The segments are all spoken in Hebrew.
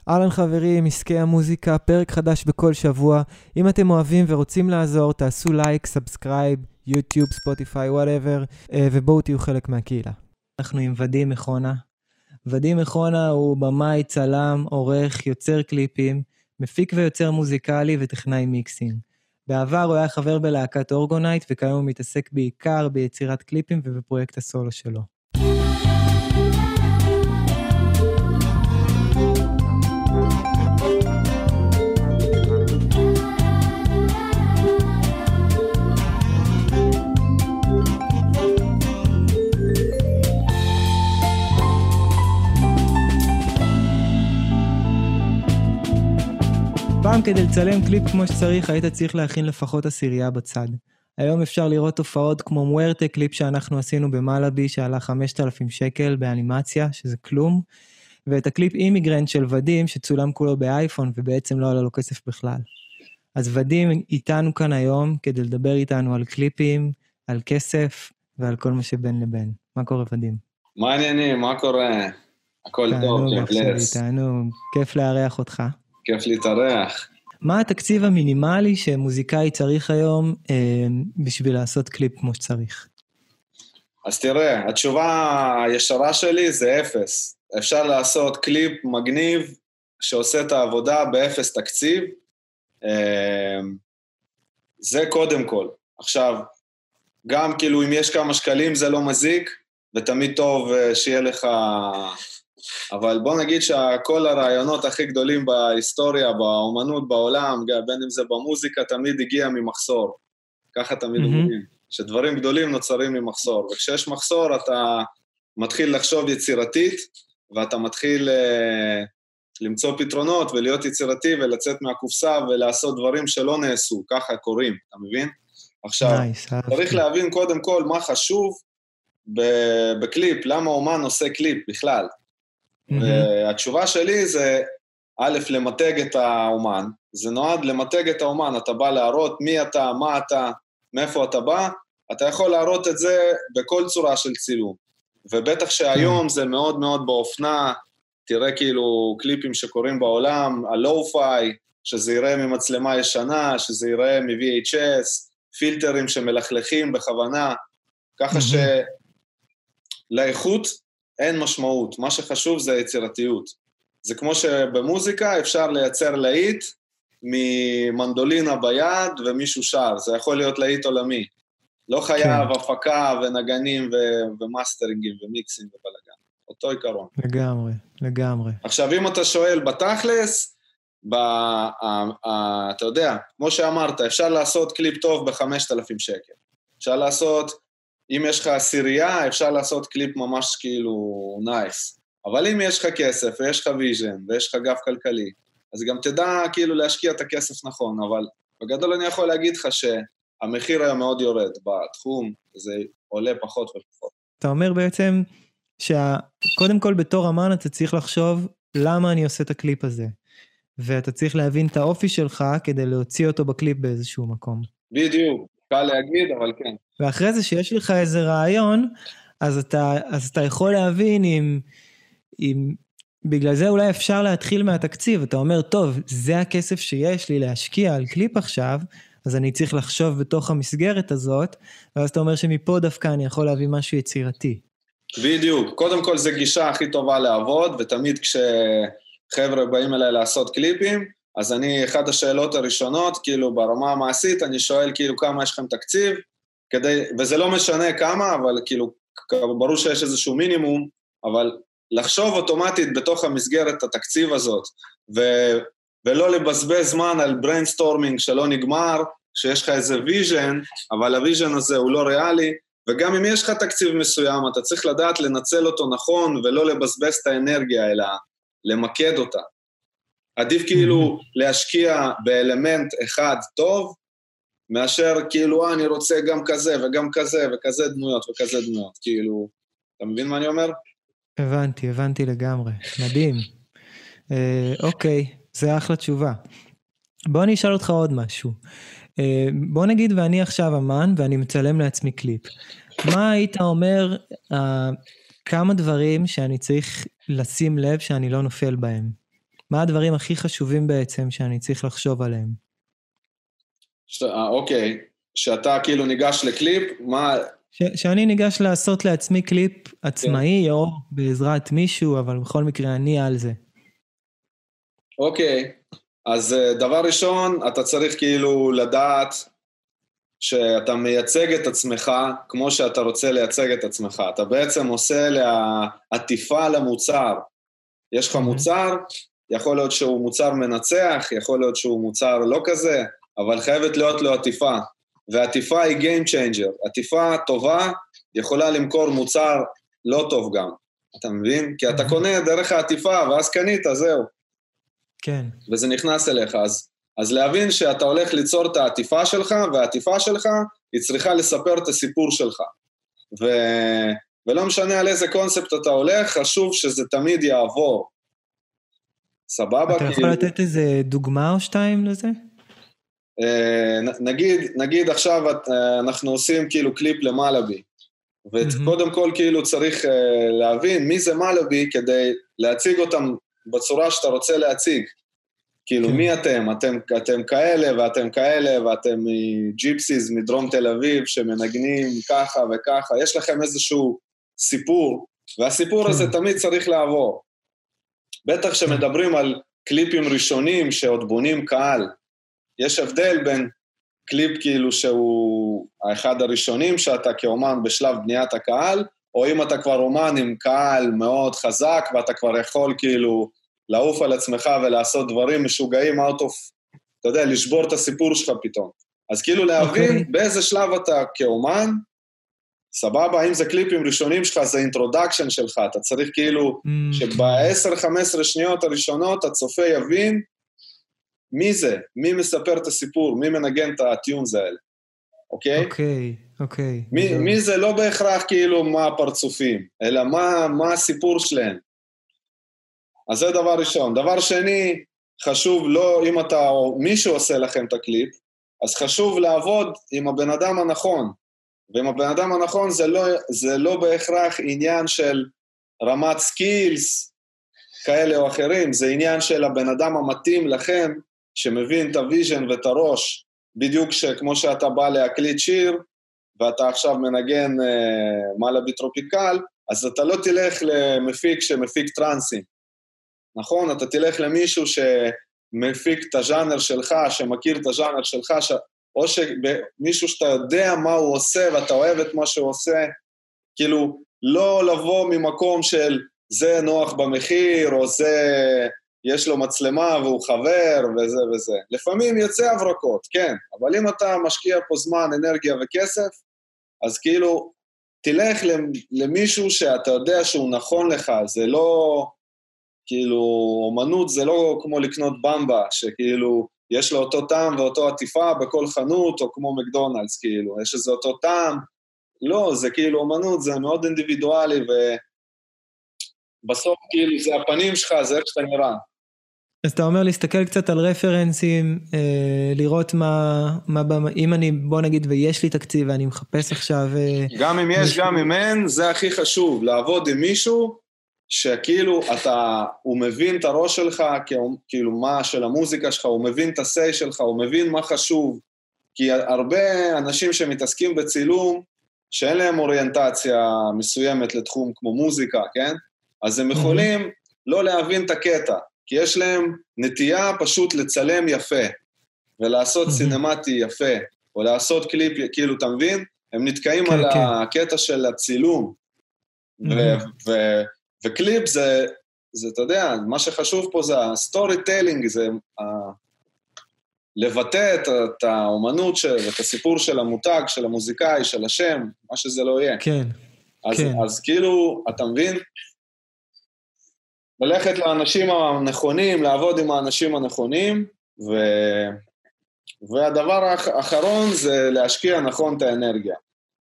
אהלן חברים, עסקי המוזיקה, פרק חדש בכל שבוע. אם אתם אוהבים ורוצים לעזור, תעשו לייק, סאבסקרייב, יוטיוב, ספוטיפיי, וואטאבר, ובואו תהיו חלק מהקהילה. אנחנו עם ודים מכונה. ודים מכונה הוא במאי, צלם, עורך, יוצר קליפים, מפיק ויוצר מוזיקלי וטכנאי מיקסינג. בעבר הוא היה חבר בלהקת אורגונייט, וכיום הוא מתעסק בעיקר ביצירת קליפים ובפרויקט הסולו שלו. פעם כדי לצלם קליפ כמו שצריך, היית צריך להכין לפחות 10 בצד. היום אפשר לראות תופעות כמו מוארטה, קליפ שאנחנו עשינו במלאבי, שעלה 5,000 שקל באנימציה, שזה כלום, ואת הקליפ אימיגרנט של ודים, שצולם כולו באייפון, ובעצם לא עלה לו כסף בכלל. אז ודים איתנו כאן היום, כדי לדבר איתנו על קליפים, על כסף, ועל כל מה שבין לבין. מה קורה ודים? מה העניינים? מה קורה? הכל טוב, כיף. תענוג, כיף לארח אותך. כיף להתארח. מה התקציב המינימלי שמוזיקאי צריך היום בשביל לעשות קליפ כמו שצריך? אז תראה, התשובה הישרה שלי זה 0. אפשר לעשות קליפ מגניב שעושה את העבודה ב0 תקציב. זה קודם כל. עכשיו, גם כאילו אם יש כמה שקלים זה לא מזיק, ותמיד טוב שיהיה לך... אבל בוא נגיד שכל הרעיונות הכי גדולים בהיסטוריה, באומנות, בעולם, בין אם זה במוזיקה, תמיד הגיע ממחסור. ככה תמיד אומרים, שדברים גדולים נוצרים ממחסור. וכשיש מחסור, אתה מתחיל לחשוב יצירתית, ואתה מתחיל למצוא פתרונות ולהיות יצירתי ולצאת מהקופסה ולעשות דברים שלא נעשו, ככה קוראים, אתה מבין? עכשיו, צריך להבין קודם כל מה חשוב בקליפ, למה אומן עושה קליפ בכלל. והתשובה שלי זה, א', למתג את האומן, זה נועד למתג את האומן, אתה בא להראות מי אתה, מה אתה, מאיפה אתה בא, אתה יכול להראות את זה בכל צורה של צילום, ובטח שהיום זה מאוד מאוד באופנה, תראה כאילו קליפים שקורים בעולם, הלואו-פיי, שזה יראה ממצלמה ישנה, שזה יראה מ-VHS, פילטרים שמלכלכים בכוונה, ככה שלאיכות, אין משמעות, מה שחשוב זה היצירתיות. זה כמו שבמוזיקה אפשר לייצר להיט ממנדולינה ביד ומישהו שר, זה יכול להיות להיט עולמי. לא חייב הפקה ונגנים ומאסטרינגים ומיקסים ובלגן. אותו עיקרון. לגמרי, לגמרי. עכשיו אם אתה שואל בתכלס, אתה יודע, כמו שאמרת, אפשר לעשות קליפ טוב ב5,000 שקל. אפשר לעשות... אם יש לך 10, אפשר לעשות קליפ ממש כאילו נייס. אבל אם יש לך כסף, ויש לך ויז'ן, ויש לך גב כלכלי, אז גם תדע כאילו להשקיע את הכסף נכון, אבל בגדול אני יכול להגיד לך שהמחיר היה מאוד יורד בתחום, זה עולה פחות ופחות. אתה אומר בעצם שקודם כל בתור אמן אתה צריך לחשוב למה אני עושה את הקליפ הזה, ואתה צריך להבין את האופי שלך כדי להוציא אותו בקליפ באיזשהו מקום. בדיוק. קל להגיד, אבל כן. ואחרי זה שיש לך איזה רעיון, אז אתה יכול להבין אם בגלל זה אולי אפשר להתחיל מהתקציב, אתה אומר, טוב, זה הכסף שיש לי להשקיע על קליפ עכשיו, אז אני צריך לחשוב בתוך המסגרת הזאת, ואז אתה אומר שמפה דווקא אני יכול להביא משהו יצירתי. בדיוק, קודם כל זה גישה הכי טובה לעבוד, ותמיד כשחבר'ה באים אליי לעשות קליפים, אז אני, אחת השאלות הראשונות, כאילו ברמה המעשית, אני שואל כאילו כמה יש לכם תקציב, וזה לא משנה כמה, אבל כאילו, ברור שיש איזשהו מינימום, אבל לחשוב אוטומטית בתוך המסגרת התקציב הזאת, ולא לבזבז זמן על בריינסטורמינג שלא נגמר, שיש לך איזה ויז'ן, אבל הוויז'ן הזה הוא לא ריאלי, וגם אם יש לך תקציב מסוים, אתה צריך לדעת לנצל אותו נכון, ולא לבזבז את האנרגיה, אלא למקד אותה. עדיף כאילו להשקיע באלמנט אחד טוב, מאשר כאילו אני רוצה גם כזה וגם כזה וכזה דמויות וכזה דמויות, כאילו, אתה מבין מה אני אומר? הבנתי לגמרי, מדהים. אוקיי, זה אחלה תשובה. בוא אני אשאל אותך עוד משהו. בוא נגיד ואני עכשיו אמן ואני מצלם לעצמי קליפ. מה היית אומר, כמה דברים שאני צריך לשים לב שאני לא נופל בהם? מה הדברים הכי חשובים בעצם שאני צריך לחשוב עליהם? אוקיי, שאתה כאילו ניגש לקליפ, מה... שאני ניגש לעשות לעצמי קליפ כן. עצמאי, או בעזרת מישהו, אבל בכל מקרה אני על זה. אוקיי, אז דבר ראשון, אתה צריך כאילו לדעת שאתה מייצג את עצמך כמו שאתה רוצה לייצג את עצמך. אתה בעצם עושה עטיפה למוצר. יש לך מוצר, יכול להיות שהוא מוצר מנצח, יכול להיות שהוא מוצר לא כזה, אבל חייבת להיות לו עטיפה. ועטיפה היא game changer. עטיפה טובה יכולה למכור מוצר לא טוב גם. אתה מבין? כי אתה קונה דרך העטיפה, ואז קנית, זהו. כן. וזה נכנס אליך. אז להבין שאתה הולך ליצור את העטיפה שלך, והעטיפה שלך היא צריכה לספר את הסיפור שלך. ולא משנה על איזה קונספט אתה הולך, חשוב שזה תמיד יעבור. סבבה? אתה יכול לתת איזה דוגמה או שתיים לזה? נגיד עכשיו אנחנו עושים כאילו קליפ למלאבי, וקודם כל כאילו צריך להבין מי זה מלאבי כדי להציג אותם בצורה שאתה רוצה להציג. כאילו מי אתם? אתם כאלה ואתם כאלה ואתם ג'יפסיז מדרום תל אביב שמנגנים ככה וככה, יש לכם איזשהו סיפור, והסיפור הזה תמיד צריך לעבור. בטח שמדברים על קליפים ראשונים שעוד בונים קהל, יש הבדל בין קליפ כאילו שהוא האחד הראשונים שאתה כאומן בשלב בניית הקהל, או אם אתה כבר אומן עם קהל מאוד חזק, ואתה כבר יכול כאילו לעוף על עצמך ולעשות דברים משוגעים out of, אתה יודע, לשבור את הסיפור שלך פתאום. אז כאילו להבין באיזה שלב אתה כאומן, סבבה, אם זה קליפים ראשונים שלך, זה אינטרודקשן שלך, אתה צריך כאילו שב-10-15 שניות הראשונות הצופה יבין מי זה, מי מספר את הסיפור, מי מנגן את הטיונס האלה, אוקיי? אוקיי. מי זה לא בהכרח כאילו מה הפרצופים, אלא מה הסיפור שלהם. אז זה דבר ראשון. דבר שני, חשוב לא, אם אתה או מישהו עושה לכם את הקליפ, אז חשוב לעבוד עם הבן אדם הנכון, ועם הבן אדם הנכון זה לא בהכרח עניין של רמת סקילס כאלה או אחרים, זה עניין של הבן אדם המתאים לכם, שמבין את הוויז'ן ואת הראש, בדיוק כמו שאתה בא להקליט שיר, ואתה עכשיו מנגן מלאבי טרופיקל, אז אתה לא תלך למפיק שמפיק טרנסים, נכון? אתה תלך למישהו שמפיק את הז'אנר שלך, שמכיר את הז'אנר שלך, או שמישהו שאתה יודע מה הוא עושה, ואתה אוהב את מה שהוא עושה, כאילו לא לבוא ממקום של זה נוח במחיר, או זה יש לו מצלמה והוא חבר וזה וזה. לפעמים יוצא הברקות, כן, אבל אם אתה משקיע פה זמן, אנרגיה וכסף, אז כאילו תלך למישהו שאתה יודע שהוא נכון לך, זה לא, כאילו, אומנות זה לא כמו לקנות במבה, שכאילו יש לו אותו טעם ואותו עטיפה בכל חנות, או כמו מקדונלדס, כאילו, יש איזה אותו טעם, לא, זה כאילו אומנות, זה מאוד אינדיבידואלי, ובסוף כאילו זה הפנים שלך, זה איך שאתה נראה. אז אתה אומר להסתכל קצת על רפרנסים, לראות אם אני, בוא נגיד, ויש לי תקציב ואני מחפש עכשיו... גם אם יש, גם אם אין, זה הכי חשוב, לעבוד עם מישהו שכאילו הוא מבין את הראש שלך, כאילו מה של המוזיקה שלך, הוא מבין את הסי שלך, הוא מבין מה חשוב, כי הרבה אנשים שמתעסקים בצילום, שאין להם אוריינטציה מסוימת לתחום כמו מוזיקה, כן? אז הם יכולים לא להבין את הקטע, כי יש להם נטייה פשוט לצלם יפה, ולעשות סינמטי יפה, או לעשות קליפ, כאילו, אתה מבין? הם נתקעים על הקטע של הצילום, וקליפ זה, אתה יודע, מה שחשוב פה זה הסטורי טיילינג, זה לבטא את האומנות ואת הסיפור של המותג, של המוזיקאי, של השם, מה שזה לא יהיה. כן. אז כאילו, אתה מבין? ללכת לאנשים הנכונים, לעבוד עם האנשים הנכונים, והדבר האחרון זה להשקיע נכון את האנרגיה.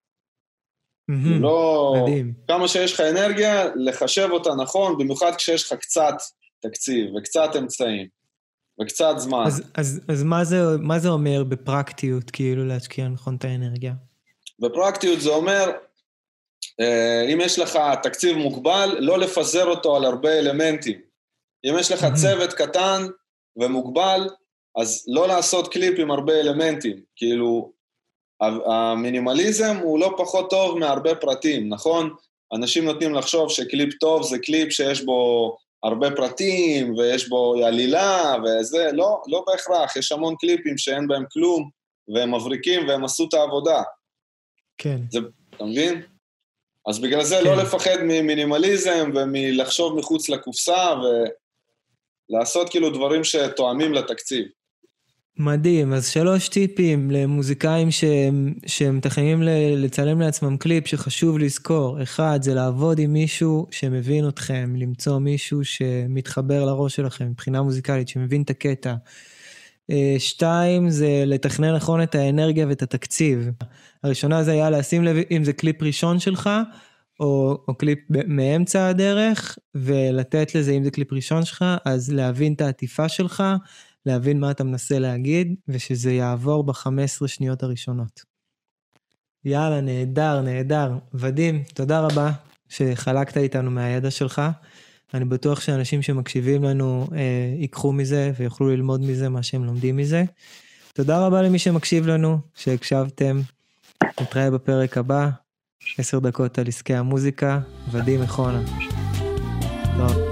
מדהים. כמה שיש לך אנרגיה, לחשב אותה נכון, במיוחד כשיש לך קצת תקציב וקצת אמצעים וקצת זמן. אז מה זה אומר בפרקטיות, כאילו להשקיע נכון את האנרגיה? בפרקטיות זה אומר, אם יש לך תקציב מוגבל, לא לפזר אותו על הרבה אלמנטים. אם יש לך צוות קטן ומוגבל, אז לא לעשות קליפ עם הרבה אלמנטים, כאילו, המינימליזם הוא לא פחות טוב מהרבה פרטים, נכון? אנשים נותנים לחשוב שקליפ טוב זה קליפ שיש בו הרבה פרטים, ויש בו עלילה, וזה, לא בהכרח, יש המון קליפים שאין בהם כלום, והם מבריקים והם עשו את העבודה. כן. אתה מבין? אז בגלל זה לא לפחד ממינימליזם, ומלחשוב מחוץ לקופסה, ולעשות כאילו דברים שתואמים לתקציב. מדהים, אז 3 טיפים למוזיקאים שמתכננים לצלם לעצמם קליפ שחשוב לזכור. 1, זה לעבוד עם מישהו שמבין אתכם, למצוא מישהו שמתחבר לראש שלכם, מבחינה מוזיקלית, שמבין את הקטע. 2, זה לתכנן נכון את האנרגיה ואת התקציב. הראשונה זה היה לשים לב אם זה קליפ ראשון שלך, או קליפ מאמצע הדרך, ולתת לזה אם זה קליפ ראשון שלך, אז להבין את העטיפה שלך, להבין מה אתה מנסה להגיד, ושזה יעבור ב-15 שניות הראשונות. יאללה, נהדר. ודים, תודה רבה שחלקת איתנו מהידע שלך. אני בטוח שאנשים שמקשיבים לנו ייקחו מזה, ויוכלו ללמוד מזה מה שהם לומדים מזה. תודה רבה למי שמקשיב לנו, שהקשבתם. נתראה בפרק הבא, 10 דקות על עסקי המוזיקה, ודים מחונה. טוב.